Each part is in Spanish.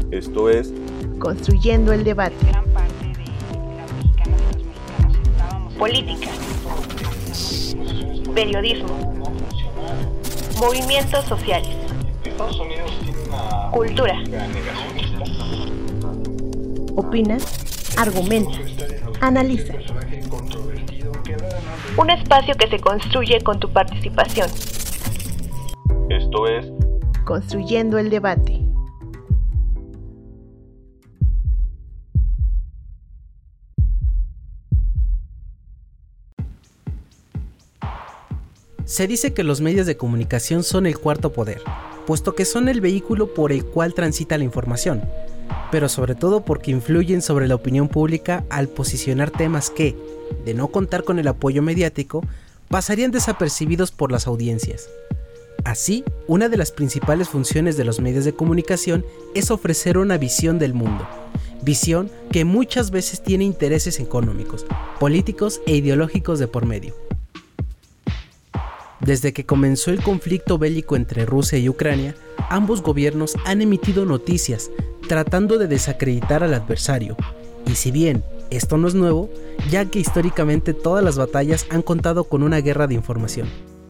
Esto es Construyendo el debate. Gran parte de las mexicanas y los mexicanos estábamos. Política, periodismo, movimientos sociales, cultura. Opina, argumenta, analiza. Un espacio que se construye con tu participación. Esto es Construyendo el debate. Se dice que los medios de comunicación son el cuarto poder, puesto que son el vehículo por el cual transita la información, pero sobre todo porque influyen sobre la opinión pública al posicionar temas que, de no contar con el apoyo mediático, pasarían desapercibidos por las audiencias. Así, una de las principales funciones de los medios de comunicación es ofrecer una visión del mundo, visión que muchas veces tiene intereses económicos, políticos e ideológicos de por medio. Desde que comenzó el conflicto bélico entre Rusia y Ucrania, ambos gobiernos han emitido noticias tratando de desacreditar al adversario. Y si bien esto no es nuevo, ya que históricamente todas las batallas han contado con una guerra de información.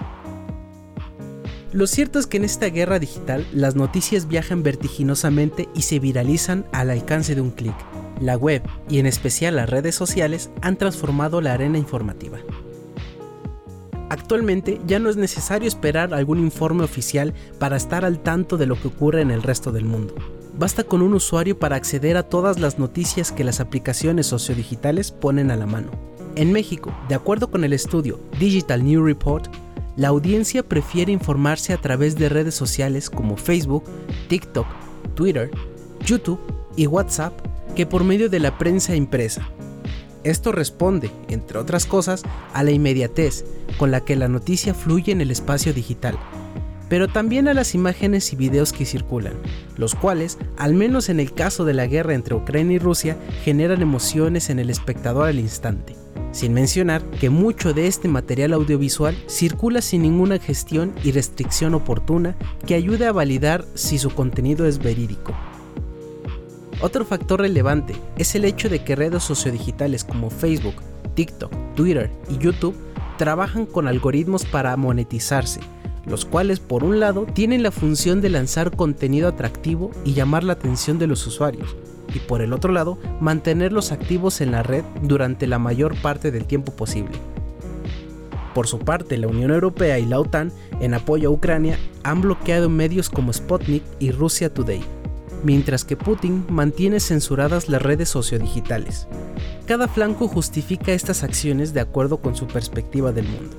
Lo cierto es que en esta guerra digital las noticias viajan vertiginosamente y se viralizan al alcance de un clic. La web, y en especial las redes sociales, han transformado la arena informativa. Actualmente ya no es necesario esperar algún informe oficial para estar al tanto de lo que ocurre en el resto del mundo. Basta con un usuario para acceder a todas las noticias que las aplicaciones sociodigitales ponen a la mano. En México, de acuerdo con el estudio Digital News Report, la audiencia prefiere informarse a través de redes sociales como Facebook, TikTok, Twitter, YouTube y WhatsApp que por medio de la prensa impresa. Esto responde, entre otras cosas, a la inmediatez con la que la noticia fluye en el espacio digital, pero también a las imágenes y videos que circulan, los cuales, al menos en el caso de la guerra entre Ucrania y Rusia, generan emociones en el espectador al instante. Sin mencionar que mucho de este material audiovisual circula sin ninguna gestión y restricción oportuna que ayude a validar si su contenido es verídico. Otro factor relevante es el hecho de que redes sociodigitales como Facebook, TikTok, Twitter y YouTube trabajan con algoritmos para monetizarse, los cuales por un lado tienen la función de lanzar contenido atractivo y llamar la atención de los usuarios, y por el otro lado mantenerlos activos en la red durante la mayor parte del tiempo posible. Por su parte, la Unión Europea y la OTAN, en apoyo a Ucrania, han bloqueado medios como Sputnik y Russia Today, mientras que Putin mantiene censuradas las redes sociodigitales. Cada flanco justifica estas acciones de acuerdo con su perspectiva del mundo.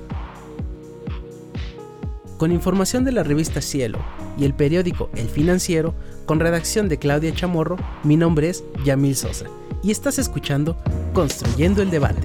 Con información de la revista Cielo y el periódico El Financiero, con redacción de Claudia Chamorro, mi nombre es Yamil Sosa y estás escuchando Construyendo el Debate.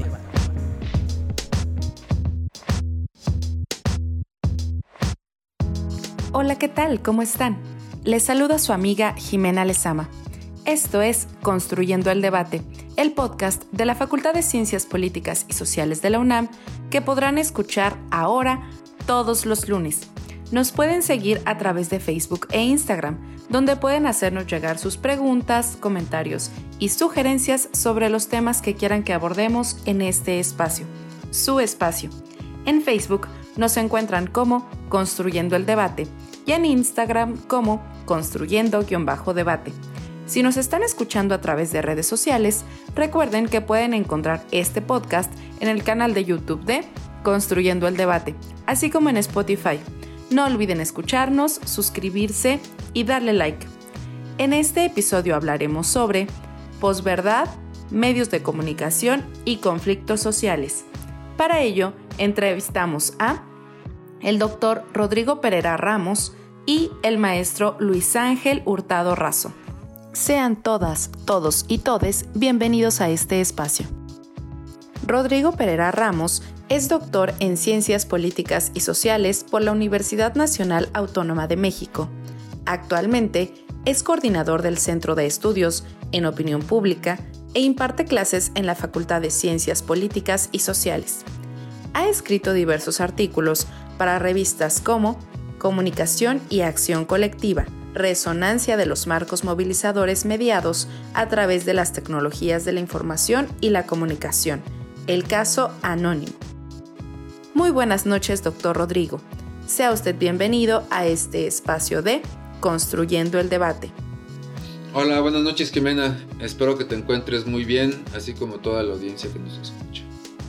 Hola, ¿qué tal? ¿Cómo están? Les saluda su amiga Jimena Lezama. Esto es Construyendo el Debate, el podcast de la Facultad de Ciencias Políticas y Sociales de la UNAM que podrán escuchar ahora todos los lunes. Nos pueden seguir a través de Facebook e Instagram, donde pueden hacernos llegar sus preguntas, comentarios y sugerencias sobre los temas que quieran que abordemos en este espacio, su espacio. En Facebook nos encuentran como Construyendo el Debate y en Instagram como Construyendo_Debate. Si nos están escuchando a través de redes sociales, recuerden que pueden encontrar este podcast en el canal de YouTube de Construyendo el Debate, así como en Spotify. No olviden escucharnos, suscribirse y darle like. En este episodio hablaremos sobre posverdad, medios de comunicación y conflictos sociales. Para ello, entrevistamos a el doctor Rodrigo Perera Ramos y el maestro Luis Ángel Hurtado Razo. Sean todas, todos y todes bienvenidos a este espacio. Rodrigo Perera Ramos es doctor en Ciencias Políticas y Sociales por la Universidad Nacional Autónoma de México. Actualmente es coordinador del Centro de Estudios en Opinión Pública e imparte clases en la Facultad de Ciencias Políticas y Sociales. Ha escrito diversos artículos para revistas como Comunicación y Acción Colectiva, resonancia de los marcos movilizadores mediados a través de las tecnologías de la información y la comunicación, el caso Anónimo. Muy buenas noches, doctor Rodrigo. Sea usted bienvenido a este espacio de Construyendo el Debate. Hola, buenas noches, Jimena. Espero que te encuentres muy bien, así como toda la audiencia que nos escucha.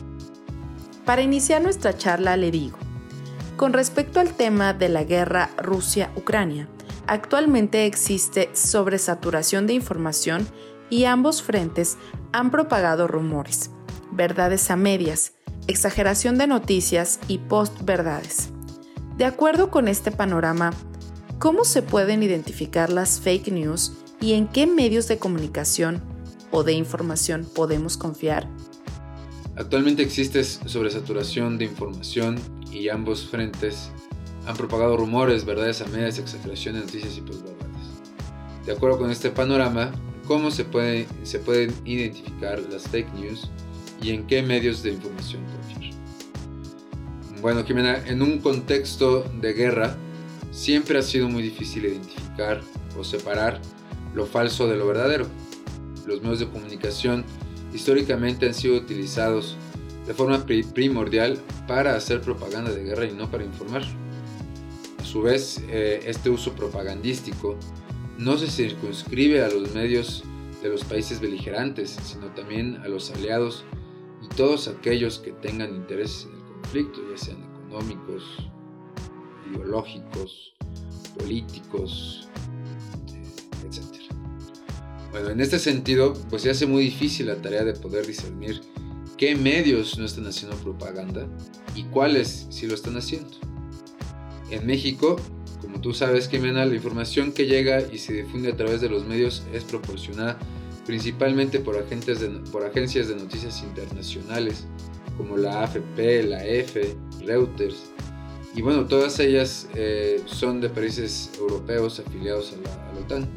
Para iniciar nuestra charla le digo, con respecto al tema de la guerra Rusia-Ucrania, actualmente existe sobresaturación de información y ambos frentes han propagado rumores, verdades a medias, exageración de noticias y post-verdades. De acuerdo con este panorama, ¿cómo se pueden identificar las fake news y en qué medios de comunicación o de información podemos confiar? Actualmente existe sobresaturación de información y ambos frentes han propagado rumores, verdades a medias, exageración de noticias y posverdades. De acuerdo con este panorama, ¿cómo se pueden identificar las fake news y en qué medios de información confiar? Bueno, Jimena, en un contexto de guerra, siempre ha sido muy difícil identificar o separar lo falso de lo verdadero. Los medios de comunicación históricamente han sido utilizados de forma primordial para hacer propaganda de guerra y no para informar. A su vez, este uso propagandístico no se circunscribe a los medios de los países beligerantes, sino también a los aliados y todos aquellos que tengan intereses en el conflicto, ya sean económicos, ideológicos, políticos, etc. Bueno, en este sentido, pues se hace muy difícil la tarea de poder discernir qué medios no están haciendo propaganda y cuáles sí lo están haciendo. En México, como tú sabes, Jimena, la información que llega y se difunde a través de los medios es proporcionada principalmente por agencias de noticias internacionales como la AFP, la EFE, Reuters, y bueno, todas ellas son de países europeos afiliados a la OTAN.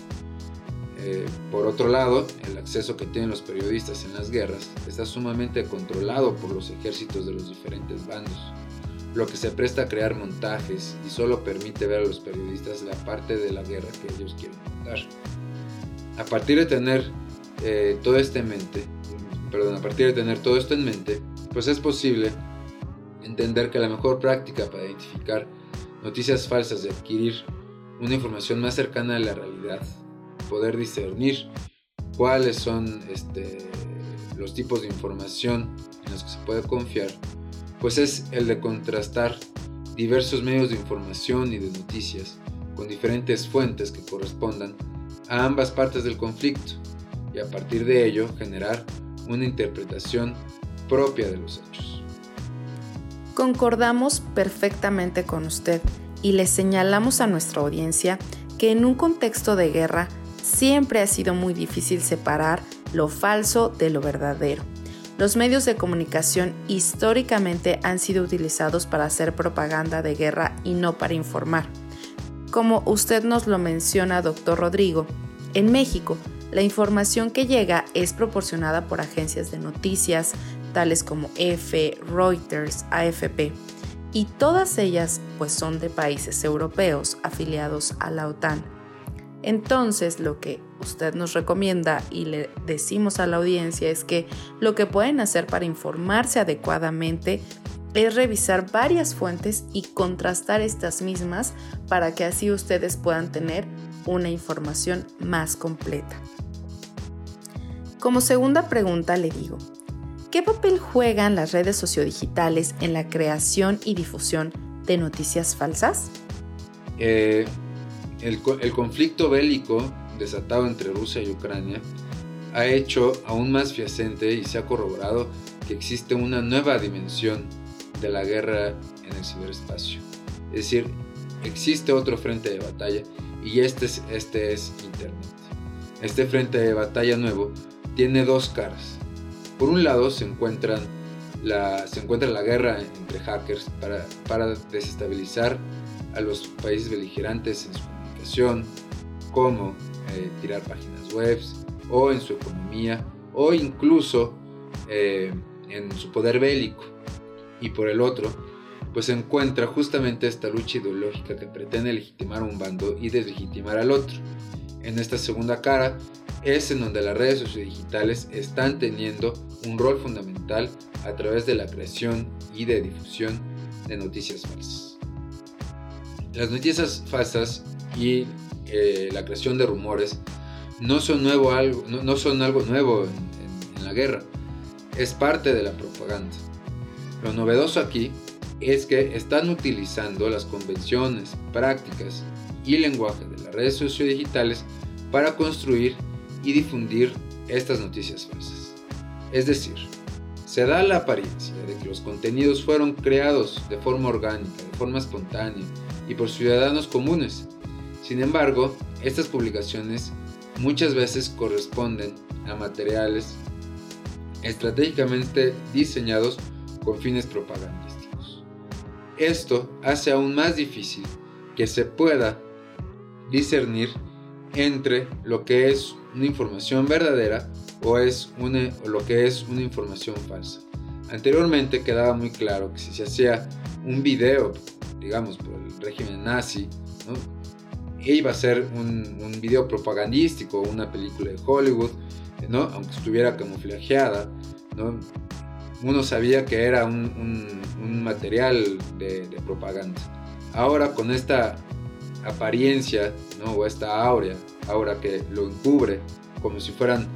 Por otro lado, el acceso que tienen los periodistas en las guerras está sumamente controlado por los ejércitos de los diferentes bandos, lo que se presta a crear montajes y solo permite ver a los periodistas la parte de la guerra que ellos quieren contar. A partir de tener todo esto en mente, pues es posible entender que la mejor práctica para identificar noticias falsas y adquirir una información más cercana a la realidad, poder discernir cuáles son los tipos de información en los que se puede confiar, pues es el de contrastar diversos medios de información y de noticias con diferentes fuentes que correspondan a ambas partes del conflicto y a partir de ello generar una interpretación propia de los hechos. Concordamos perfectamente con usted y le señalamos a nuestra audiencia que en un contexto de guerra siempre ha sido muy difícil separar lo falso de lo verdadero. Los medios de comunicación históricamente han sido utilizados para hacer propaganda de guerra y no para informar. Como usted nos lo menciona, doctor Rodrigo, en México, la información que llega es proporcionada por agencias de noticias, tales como EFE, Reuters, AFP, y todas ellas pues son de países europeos afiliados a la OTAN. Entonces, lo que usted nos recomienda y le decimos a la audiencia es que lo que pueden hacer para informarse adecuadamente es revisar varias fuentes y contrastar estas mismas para que así ustedes puedan tener una información más completa. Como segunda pregunta le digo, ¿qué papel juegan las redes sociodigitales en la creación y difusión de noticias falsas? El conflicto bélico desatado entre Rusia y Ucrania ha hecho aún más fehaciente y se ha corroborado que existe una nueva dimensión de la guerra en el ciberespacio. Es decir, existe otro frente de batalla y este es Internet. Este frente de batalla nuevo tiene dos caras. Por un lado se encuentra la guerra entre hackers para desestabilizar a los países beligerantes en su comunicación, como tirar páginas web o en su economía o incluso en su poder bélico. Y por el otro, pues se encuentra justamente esta lucha ideológica que pretende legitimar un bando y deslegitimar al otro. En esta segunda cara es en donde las redes sociodigitales están teniendo un rol fundamental a través de la creación y de difusión de noticias falsas. Las noticias falsas y la creación de rumores no son algo nuevo en la guerra, es parte de la propaganda. Lo novedoso aquí es que están utilizando las convenciones, prácticas y lenguaje de las redes sociodigitales para construir y difundir estas noticias falsas. Es decir, se da la apariencia de que los contenidos fueron creados de forma orgánica, de forma espontánea y por ciudadanos comunes. Sin embargo, estas publicaciones muchas veces corresponden a materiales estratégicamente diseñados con fines propagandísticos. Esto hace aún más difícil que se pueda discernir entre lo que es una información verdadera o lo que es una información falsa. Anteriormente quedaba muy claro que si se hacía un video, digamos, por el régimen nazi, ¿no?, iba a ser un video propagandístico, una película de Hollywood, ¿no?, aunque estuviera camuflajeada, ¿no?, uno sabía que era un material de propaganda. Ahora, con esta apariencia, ¿no?, o esta aura que lo encubre como si fueran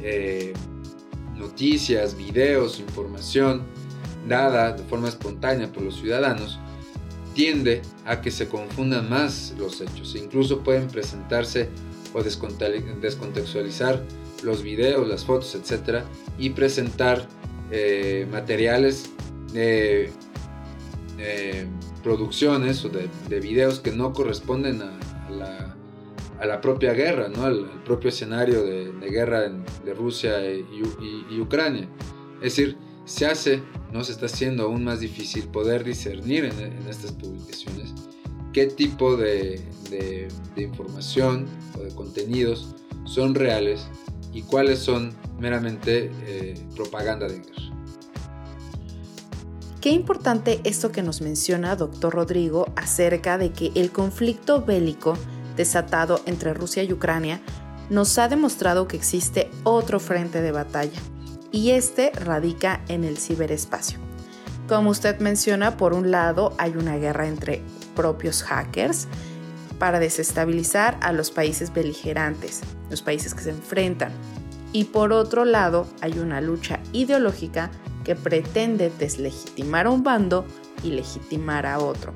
noticias, videos, información dada de forma espontánea por los ciudadanos, tiende a que se confundan más los hechos. Incluso pueden presentarse o descontextualizar los videos, las fotos, etc., y presentar materiales de producciones o de videos que no corresponden a la propia guerra, ¿no?, al propio escenario de guerra de Rusia y Ucrania. Es decir, se está haciendo aún más difícil poder discernir en estas publicaciones qué tipo de información o de contenidos son reales y cuáles son meramente propaganda de guerra. Qué importante esto que nos menciona doctor Rodrigo acerca de que el conflicto bélico desatado entre Rusia y Ucrania nos ha demostrado que existe otro frente de batalla, y este radica en el ciberespacio. Como usted menciona, por un lado hay una guerra entre propios hackers para desestabilizar a los países beligerantes, los países que se enfrentan, y por otro lado hay una lucha ideológica que pretende deslegitimar a un bando y legitimar a otro.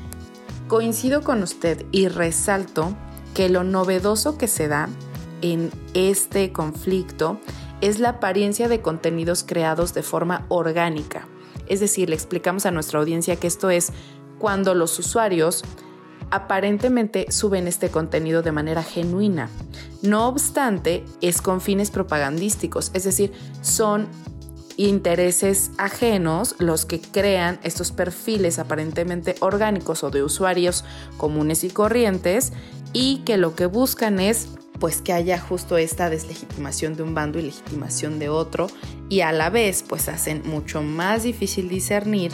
Coincido con usted y resalto que lo novedoso que se da en este conflicto es la apariencia de contenidos creados de forma orgánica. Es decir, le explicamos a nuestra audiencia que esto es cuando los usuarios aparentemente suben este contenido de manera genuina. No obstante, es con fines propagandísticos, es decir, son intereses ajenos los que crean estos perfiles aparentemente orgánicos o de usuarios comunes y corrientes, y que lo que buscan es pues que haya justo esta deslegitimación de un bando y legitimación de otro, y a la vez pues hacen mucho más difícil discernir,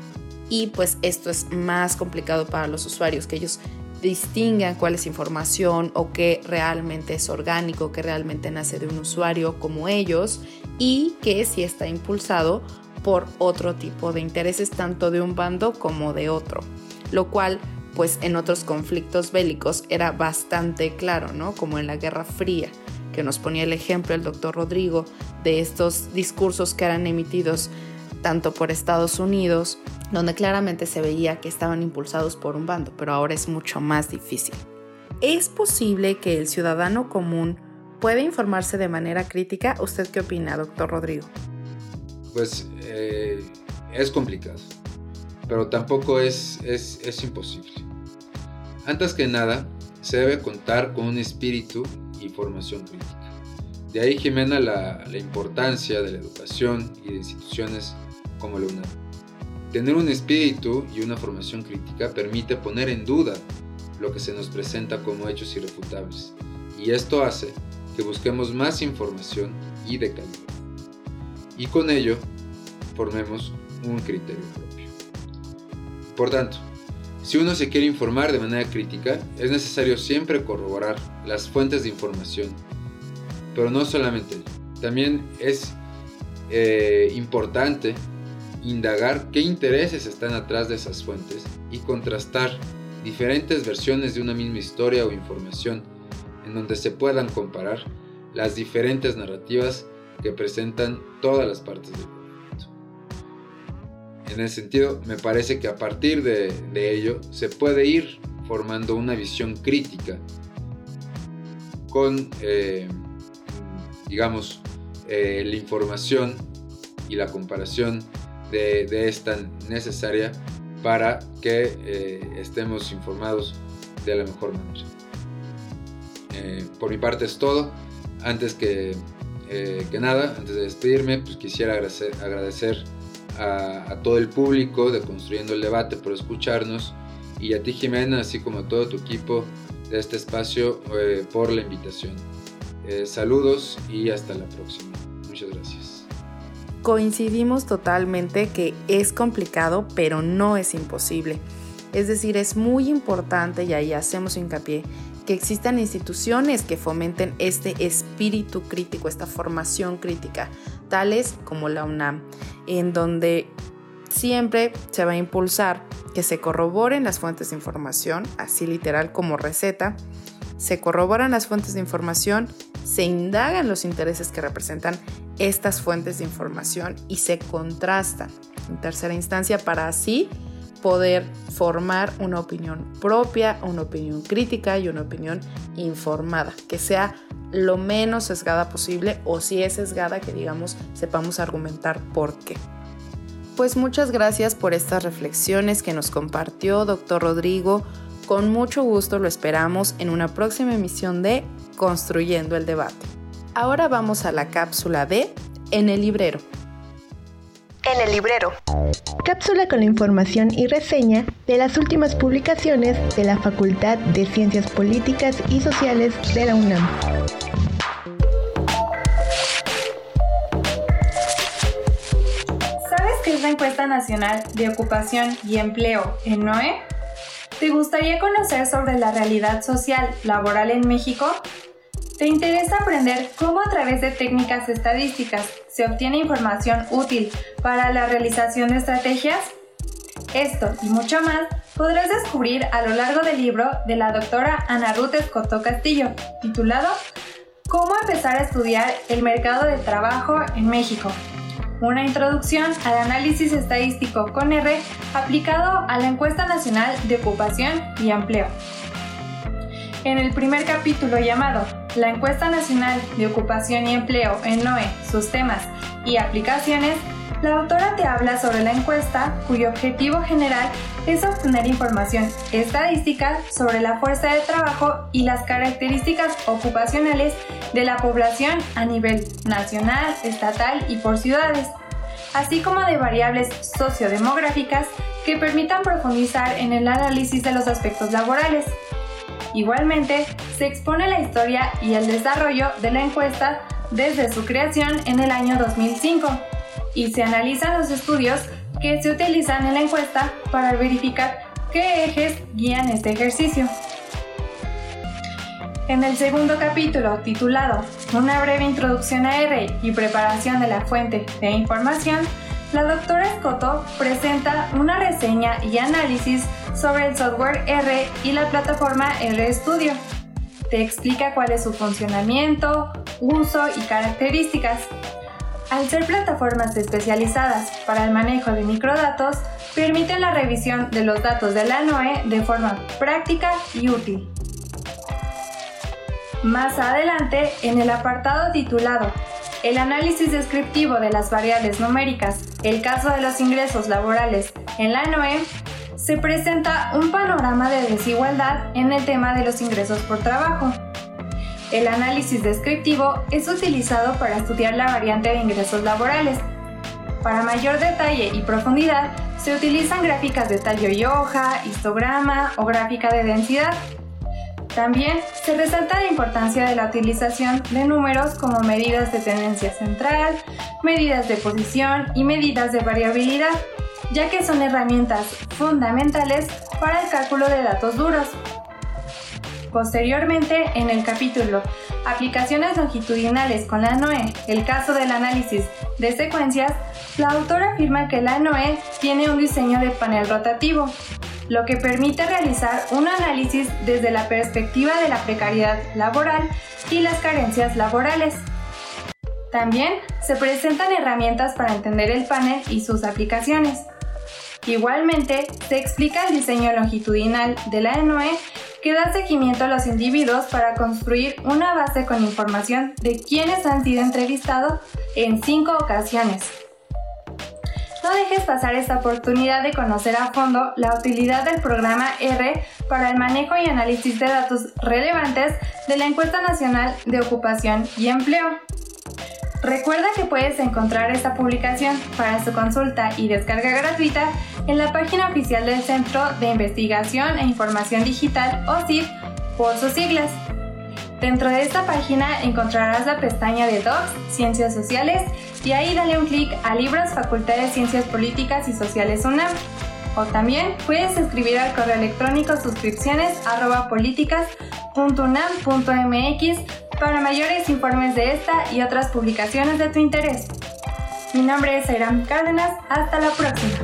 y pues esto es más complicado para los usuarios, que ellos distingan cuál es información o qué realmente es orgánico, qué realmente nace de un usuario como ellos, y que sí está impulsado por otro tipo de intereses, tanto de un bando como de otro, lo cual pues en otros conflictos bélicos era bastante claro, ¿no? Como en la Guerra Fría, que nos ponía el ejemplo el doctor Rodrigo de estos discursos que eran emitidos tanto por Estados Unidos, donde claramente se veía que estaban impulsados por un bando, pero ahora es mucho más difícil. ¿Es posible que el ciudadano común pueda informarse de manera crítica? ¿Usted qué opina, doctor Rodrigo? Pues es complicado, pero tampoco es imposible. Antes que nada, se debe contar con un espíritu y formación crítica. De ahí, Jimena, la importancia de la educación y de instituciones como la UNAM. Tener un espíritu y una formación crítica permite poner en duda lo que se nos presenta como hechos irrefutables, y esto hace que busquemos más información y de calidad, y con ello formemos un criterio propio. Por tanto, si uno se quiere informar de manera crítica, es necesario siempre corroborar las fuentes de información. Pero no solamente ello. También es importante indagar qué intereses están atrás de esas fuentes y contrastar diferentes versiones de una misma historia o información en donde se puedan comparar las diferentes narrativas que presentan todas las partes del movimiento. En ese sentido, me parece que a partir de ello se puede ir formando una visión crítica con, la información y la comparación de esta necesaria para que estemos informados de la mejor manera. Por mi parte es todo. Antes que nada, antes de despedirme, pues quisiera agradecer a todo el público de Construyendo el Debate por escucharnos, y a ti, Jimena, así como a todo tu equipo de este espacio por la invitación. Saludos y hasta la próxima. Muchas gracias. Coincidimos totalmente que es complicado, pero no es imposible. Es decir, es muy importante, y ahí hacemos hincapié, que existan instituciones que fomenten este espíritu crítico, esta formación crítica, tales como la UNAM, en donde siempre se va a impulsar que se corroboren las fuentes de información, así literal como receta. Se corroboran las fuentes de información, se indagan los intereses que representan estas fuentes de información y se contrastan en tercera instancia para así poder formar una opinión propia, una opinión crítica y una opinión informada, que sea lo menos sesgada posible, o si es sesgada, que sepamos argumentar por qué. Pues muchas gracias por estas reflexiones que nos compartió Dr. Rodrigo. Con mucho gusto lo esperamos en una próxima emisión de Construyendo el Debate. Ahora vamos a la cápsula de En el Librero. En el Librero. Cápsula con la información y reseña de las últimas publicaciones de la Facultad de Ciencias Políticas y Sociales de la UNAM. ¿Sabes qué es la Encuesta Nacional de Ocupación y Empleo, ENOE? ¿Te gustaría conocer sobre la realidad social laboral en México? ¿Te interesa aprender cómo a través de técnicas estadísticas se obtiene información útil para la realización de estrategias? Esto y mucho más podrás descubrir a lo largo del libro de la doctora Ana Ruth Escoto Castillo, titulado ¿Cómo empezar a estudiar el mercado de trabajo en México? Una introducción al análisis estadístico con R aplicado a la Encuesta Nacional de Ocupación y Empleo. En el primer capítulo llamado La Encuesta Nacional de Ocupación y Empleo, ENOE, sus temas y aplicaciones, la autora te habla sobre la encuesta, cuyo objetivo general es obtener información estadística sobre la fuerza de trabajo y las características ocupacionales de la población a nivel nacional, estatal y por ciudades, así como de variables sociodemográficas que permitan profundizar en el análisis de los aspectos laborales. Igualmente, se expone la historia y el desarrollo de la encuesta desde su creación en el año 2005 y se analizan los estudios que se utilizan en la encuesta para verificar qué ejes guían este ejercicio. En el segundo capítulo, titulado Una breve introducción a R y preparación de la fuente de información, la doctora Escoto presenta una reseña y análisis sobre el software R y la plataforma RStudio. Te explica cuál es su funcionamiento, uso y características. Al ser plataformas especializadas para el manejo de microdatos, permiten la revisión de los datos de la ENOE de forma práctica y útil. Más adelante, en el apartado titulado El análisis descriptivo de las variables numéricas, el caso de los ingresos laborales en la ENOE, se presenta un panorama de desigualdad en el tema de los ingresos por trabajo. El análisis descriptivo es utilizado para estudiar la variante de ingresos laborales. Para mayor detalle y profundidad, se utilizan gráficas de tallo y hoja, histograma o gráfica de densidad. También se resalta la importancia de la utilización de números como medidas de tendencia central, medidas de posición y medidas de variabilidad. ya que son herramientas fundamentales para el cálculo de datos duros. Posteriormente, en el capítulo Aplicaciones longitudinales con la NOE, el caso del análisis de secuencias, la autora afirma que la NOE tiene un diseño de panel rotativo, lo que permite realizar un análisis desde la perspectiva de la precariedad laboral y las carencias laborales. También se presentan herramientas para entender el panel y sus aplicaciones. Igualmente, se explica el diseño longitudinal de la NOE, que da seguimiento a los individuos para construir una base con información de quienes han sido entrevistados en 5 ocasiones. No dejes pasar esta oportunidad de conocer a fondo la utilidad del programa R para el manejo y análisis de datos relevantes de la Encuesta Nacional de Ocupación y Empleo. Recuerda que puedes encontrar esta publicación para su consulta y descarga gratuita en la página oficial del Centro de Investigación e Información Digital, o CID, por sus siglas. Dentro de esta página encontrarás la pestaña de Docs, Ciencias Sociales, y ahí dale un clic a Libros Facultad de Ciencias Políticas y Sociales UNAM. O también puedes escribir al correo electrónico suscripciones@políticas.unam.mx para mayores informes de esta y otras publicaciones de tu interés. Mi nombre es Airam Cárdenas. Hasta la próxima.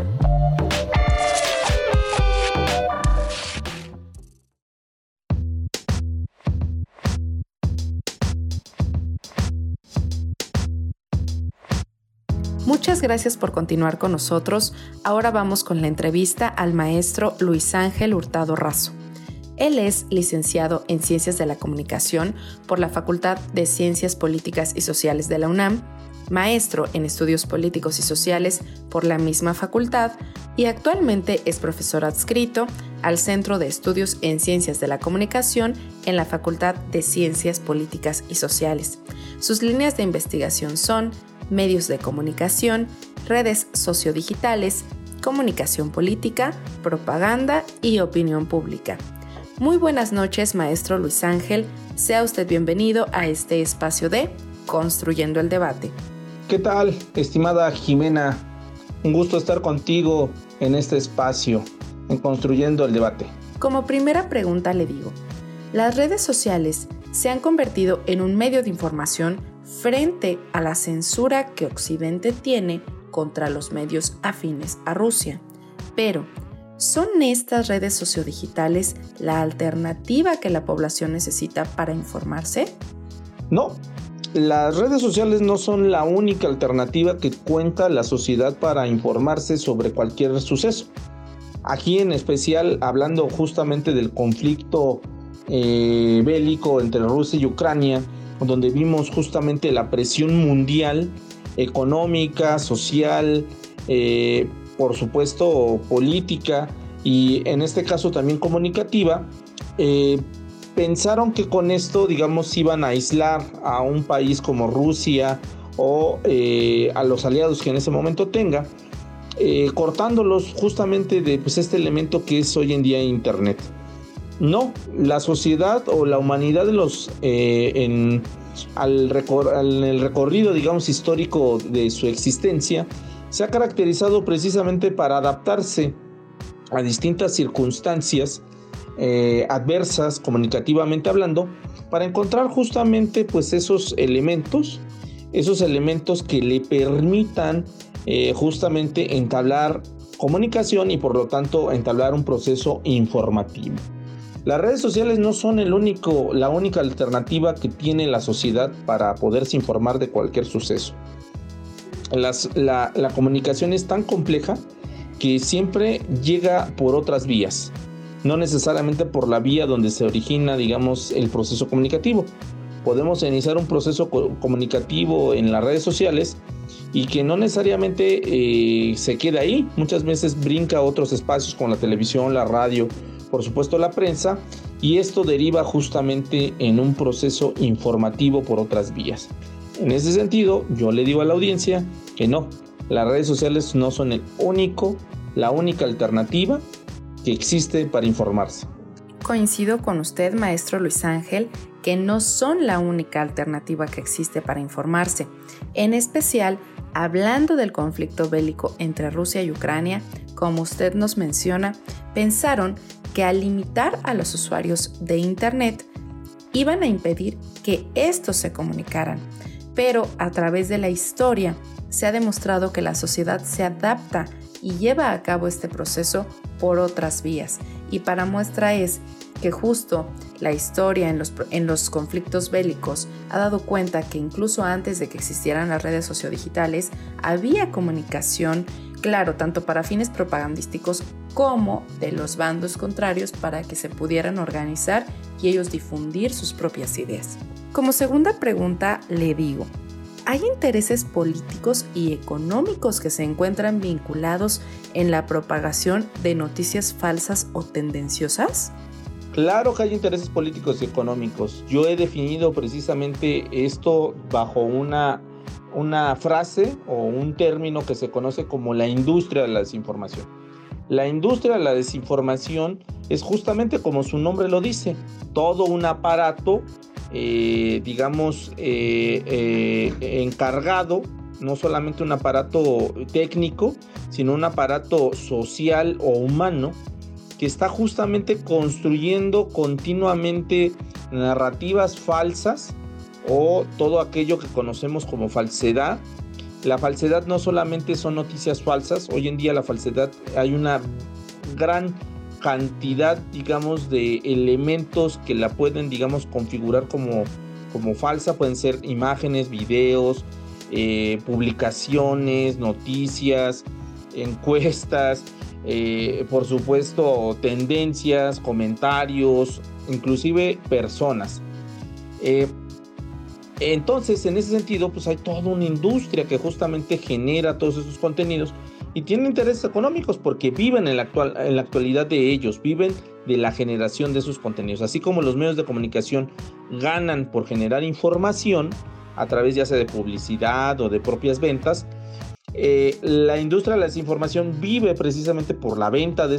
Muchas gracias por continuar con nosotros. Ahora vamos con la entrevista al maestro Luis Ángel Hurtado Razo. Él es licenciado en Ciencias de la Comunicación por la Facultad de Ciencias Políticas y Sociales de la UNAM, maestro en Estudios Políticos y Sociales por la misma facultad y actualmente es profesor adscrito al Centro de Estudios en Ciencias de la Comunicación en la Facultad de Ciencias Políticas y Sociales. Sus líneas de investigación son medios de comunicación, redes sociodigitales, comunicación política, propaganda y opinión pública. Muy buenas noches, maestro Luis Ángel. Sea usted bienvenido a este espacio de Construyendo el Debate. ¿Qué tal, estimada Jimena? Un gusto estar contigo en este espacio, en Construyendo el Debate. Como primera pregunta le digo, las redes sociales se han convertido en un medio de información frente a la censura que Occidente tiene contra los medios afines a Rusia. Pero, ¿son estas redes sociodigitales la alternativa que la población necesita para informarse? No, las redes sociales no son la única alternativa que cuenta la sociedad para informarse sobre cualquier suceso. Aquí en especial, hablando justamente del conflicto bélico entre Rusia y Ucrania, donde vimos justamente la presión mundial, económica, social, por supuesto política y en este caso también comunicativa, pensaron que con esto, digamos, iban a aislar a un país como Rusia o a los aliados que en ese momento tenga, cortándolos justamente de este elemento que es hoy en día Internet. No, la sociedad o la humanidad en el recorrido, digamos, histórico de su existencia, se ha caracterizado precisamente para adaptarse a distintas circunstancias adversas, comunicativamente hablando, para encontrar justamente esos elementos que le permitan justamente entablar comunicación y por lo tanto entablar un proceso informativo. Las redes sociales no son la única alternativa que tiene la sociedad para poderse informar de cualquier suceso. La comunicación es tan compleja que siempre llega por otras vías, no necesariamente por la vía donde se origina, digamos, el proceso comunicativo. Podemos iniciar un proceso comunicativo en las redes sociales y que no necesariamente se queda ahí. Muchas veces brinca a otros espacios como la televisión, la radio, por supuesto la prensa, y esto deriva justamente en un proceso informativo por otras vías. En ese sentido, yo le digo a la audiencia que no, las redes sociales no son la única alternativa que existe para informarse. Coincido con usted, maestro Luis Ángel, que no son la única alternativa que existe para informarse. En especial, hablando del conflicto bélico entre Rusia y Ucrania, como usted nos menciona, pensaron que al limitar a los usuarios de Internet iban a impedir que estos se comunicaran. Pero a través de la historia se ha demostrado que la sociedad se adapta y lleva a cabo este proceso por otras vías. Y para muestra es que justo la historia en los conflictos bélicos ha dado cuenta que incluso antes de que existieran las redes sociodigitales había comunicación, claro, tanto para fines propagandísticos como de los bandos contrarios para que se pudieran organizar y ellos difundir sus propias ideas. Como segunda pregunta le digo, ¿hay intereses políticos y económicos que se encuentran vinculados en la propagación de noticias falsas o tendenciosas? Claro que hay intereses políticos y económicos. Yo he definido precisamente esto bajo una frase o un término que se conoce como la industria de la desinformación. La industria de la desinformación es justamente como su nombre lo dice, todo un aparato, encargado, no solamente un aparato técnico, sino un aparato social o humano que está justamente construyendo continuamente narrativas falsas o todo aquello que conocemos como falsedad. La falsedad no solamente son noticias falsas, hoy en día la falsedad hay una gran cantidad, de elementos que la pueden, configurar como falsa. Pueden ser imágenes, videos, publicaciones, noticias, encuestas, por supuesto tendencias, comentarios, inclusive personas. Entonces, en ese sentido, pues hay toda una industria que justamente genera todos esos contenidos y tiene intereses económicos porque viven en la actualidad de ellos, viven de la generación de esos contenidos. Así como los medios de comunicación ganan por generar información a través ya sea de publicidad o de propias ventas, la industria de la desinformación vive precisamente por la venta de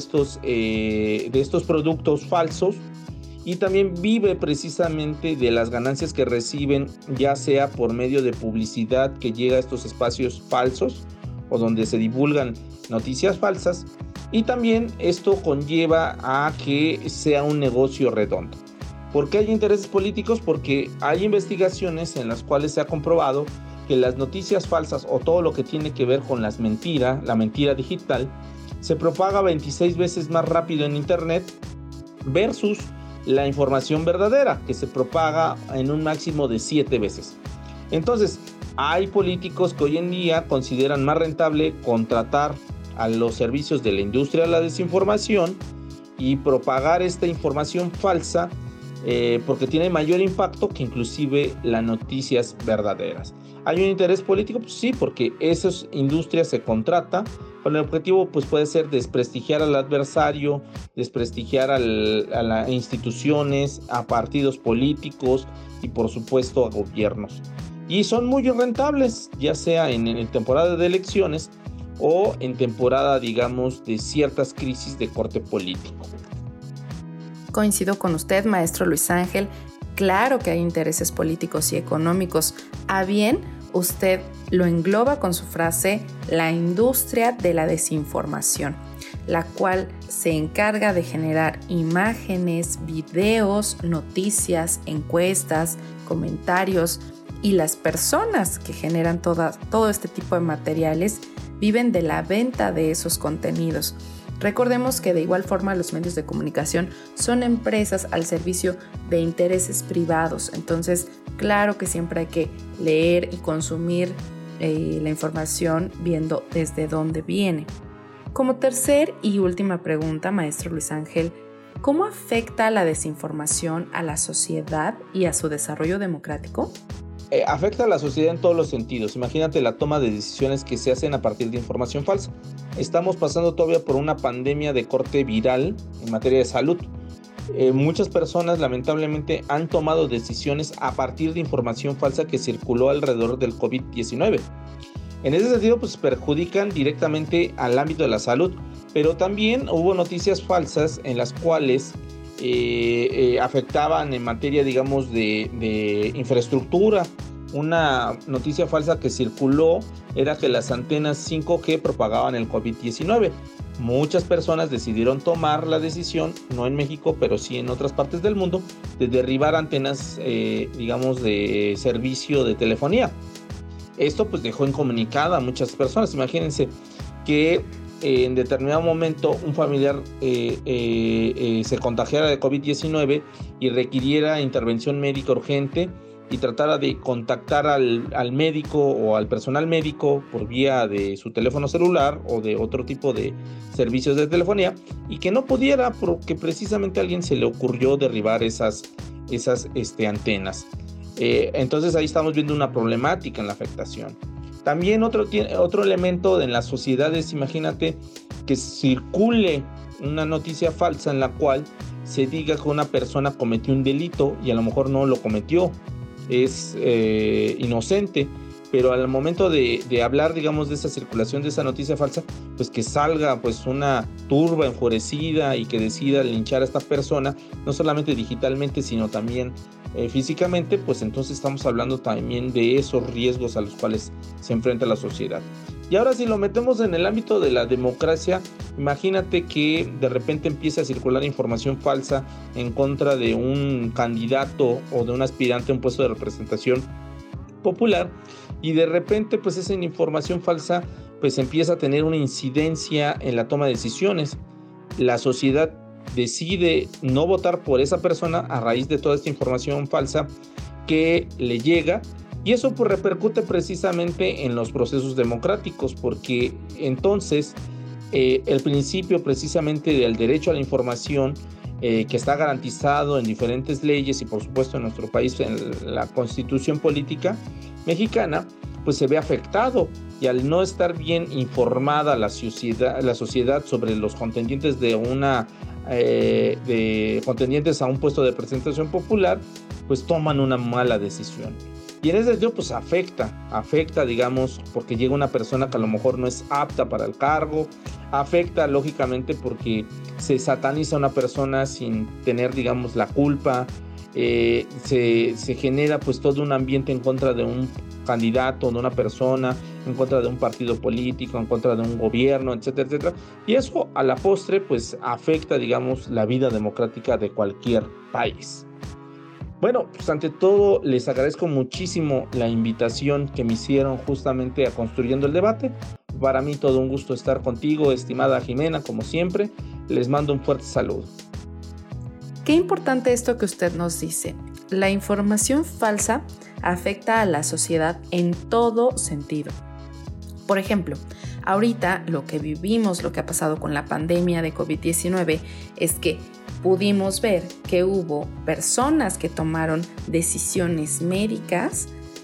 estos productos falsos y también vive precisamente de las ganancias que reciben, ya sea por medio de publicidad que llega a estos espacios falsos o donde se divulgan noticias falsas, y también esto conlleva a que sea un negocio redondo. ¿Por qué hay intereses políticos? Porque hay investigaciones en las cuales se ha comprobado que las noticias falsas o todo lo que tiene que ver con la mentira digital, se propaga 26 veces más rápido en Internet versus la información verdadera, que se propaga en un máximo de 7 veces. Entonces, hay políticos que hoy en día consideran más rentable contratar a los servicios de la industria de la desinformación y propagar esta información falsa porque tiene mayor impacto que inclusive las noticias verdaderas. ¿Hay un interés político? Pues sí, porque esas industrias se contrata con el objetivo, pues puede ser desprestigiar al adversario, desprestigiar a las instituciones, a partidos políticos y por supuesto a gobiernos. Y son muy rentables, ya sea en temporada de elecciones o en temporada, de ciertas crisis de corte político. Coincido con usted, maestro Luis Ángel. Claro que hay intereses políticos y económicos. A bien, usted lo engloba con su frase, la industria de la desinformación, la cual se encarga de generar imágenes, videos, noticias, encuestas, comentarios, y las personas que generan todo este tipo de materiales viven de la venta de esos contenidos. Recordemos que de igual forma los medios de comunicación son empresas al servicio de intereses privados, entonces claro que siempre hay que leer y consumir la información viendo desde dónde viene. Como tercer y última pregunta, maestro Luis Ángel, ¿cómo afecta la desinformación a la sociedad y a su desarrollo democrático? Afecta a la sociedad en todos los sentidos. Imagínate la toma de decisiones que se hacen a partir de información falsa. Estamos pasando todavía por una pandemia de corte viral en materia de salud. Muchas personas lamentablemente han tomado decisiones a partir de información falsa que circuló alrededor del COVID-19. En ese sentido, pues perjudican directamente al ámbito de la salud, pero también hubo noticias falsas en las cuales afectaban en materia, de infraestructura, una noticia falsa que circuló era que las antenas 5G propagaban el COVID-19. Muchas personas decidieron tomar la decisión, no en México, pero sí en otras partes del mundo, de derribar antenas, digamos, de servicio de telefonía. Esto pues dejó incomunicada a muchas personas. Imagínense que en determinado momento un familiar se contagiara de COVID-19 y requiriera intervención médica urgente y tratara de contactar al médico o al personal médico por vía de su teléfono celular o de otro tipo de servicios de telefonía, y que no pudiera porque precisamente a alguien se le ocurrió derribar esas antenas. Entonces ahí estamos viendo una problemática en la afectación. También otro elemento en las sociedades, imagínate que circule una noticia falsa en la cual se diga que una persona cometió un delito y a lo mejor no lo cometió, es inocente, pero al momento de hablar, digamos, de esa circulación de esa noticia falsa, pues que salga pues una turba enfurecida y que decida linchar a esta persona, no solamente digitalmente, sino también físicamente, pues entonces estamos hablando también de esos riesgos a los cuales se enfrenta la sociedad. Y ahora si lo metemos en el ámbito de la democracia, imagínate que de repente empieza a circular información falsa en contra de un candidato o de un aspirante a un puesto de representación popular, y de repente pues esa información falsa pues empieza a tener una incidencia en la toma de decisiones. La sociedad decide no votar por esa persona a raíz de toda esta información falsa que le llega, y eso pues repercute precisamente en los procesos democráticos, porque entonces el principio precisamente del derecho a la información, que está garantizado en diferentes leyes y por supuesto en nuestro país en la Constitución política mexicana, pues se ve afectado, y al no estar bien informada la sociedad sobre los contendientes contendientes a un puesto de representación popular, pues toman una mala decisión. Y en ese sentido pues afecta, digamos, porque llega una persona que a lo mejor no es apta para el cargo, afecta lógicamente porque se sataniza a una persona sin tener, digamos, la culpa, se genera pues todo un ambiente en contra de un candidato, de una persona, en contra de un partido político, en contra de un gobierno, etcétera, etcétera. Y eso a la postre pues afecta, digamos, la vida democrática de cualquier país. Bueno, pues ante todo les agradezco muchísimo la invitación que me hicieron justamente a Construyendo el Debate. Para mí todo un gusto estar contigo, estimada Jimena, como siempre. Les mando un fuerte saludo. Qué importante esto que usted nos dice. La información falsa afecta a la sociedad en todo sentido. Por ejemplo, ahorita lo que vivimos, lo que ha pasado con la pandemia de COVID-19 es que pudimos ver que hubo personas que tomaron decisiones médicas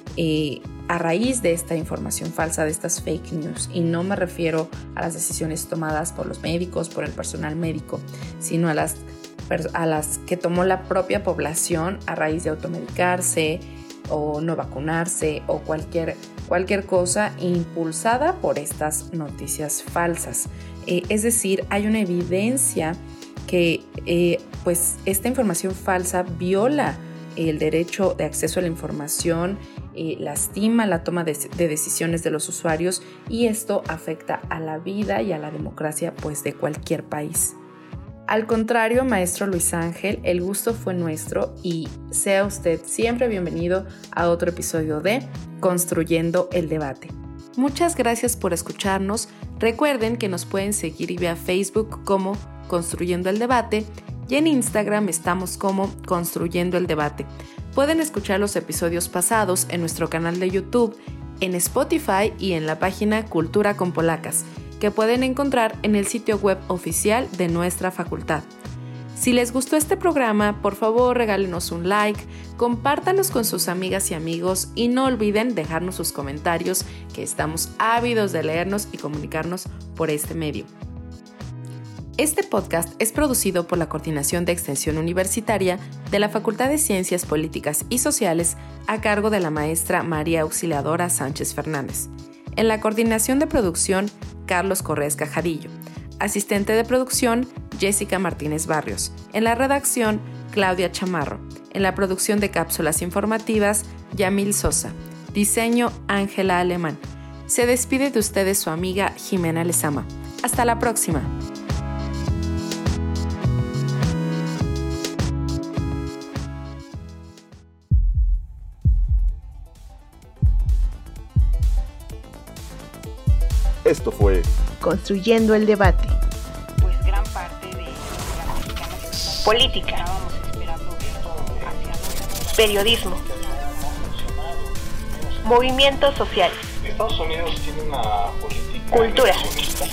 a raíz de esta información falsa, de estas fake news. Y no me refiero a las decisiones tomadas por los médicos, por el personal médico, sino a las que tomó la propia población a raíz de automedicarse o no vacunarse o cualquier cosa impulsada por estas noticias falsas. Es decir, hay una evidencia que pues esta información falsa viola el derecho de acceso a la información, lastima la toma de decisiones de los usuarios, y esto afecta a la vida y a la democracia pues de cualquier país. Al contrario, maestro Luis Ángel, el gusto fue nuestro, y sea usted siempre bienvenido a otro episodio de Construyendo el Debate. Muchas gracias por escucharnos. Recuerden que nos pueden seguir vía Facebook como Construyendo el Debate, y en Instagram estamos como Construyendo el Debate. Pueden escuchar los episodios pasados en nuestro canal de YouTube, en Spotify y en la página Cultura con Polacas, que pueden encontrar en el sitio web oficial de nuestra facultad. Si les gustó este programa, por favor regálenos un like, compártanos con sus amigas y amigos, y no olviden dejarnos sus comentarios, que estamos ávidos de leernos y comunicarnos por este medio. Este podcast es producido por la Coordinación de Extensión Universitaria de la Facultad de Ciencias Políticas y Sociales, a cargo de la maestra María Auxiliadora Sánchez Fernández. En la coordinación de producción, Carlos Corrés Cajadillo. Asistente de producción, Jessica Martínez Barrios. En la redacción, Claudia Chamarro. En la producción de cápsulas informativas, Yamil Sosa. Diseño Ángela Alemán. Se despide de ustedes su amiga Jimena Lezama. Hasta la próxima. Esto fue Construyendo el debate. Pues gran parte de la mexicana Política. estábamos esperando esto hacia Periodismo. Movimientos sociales. Estados Unidos tiene una política Cultura. negacionista.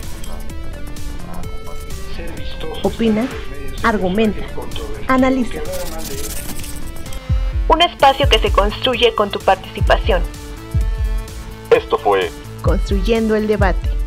Ser vistoso. Opina, argumenta, analiza. Un espacio que se construye con tu participación. Esto fue Construyendo el debate.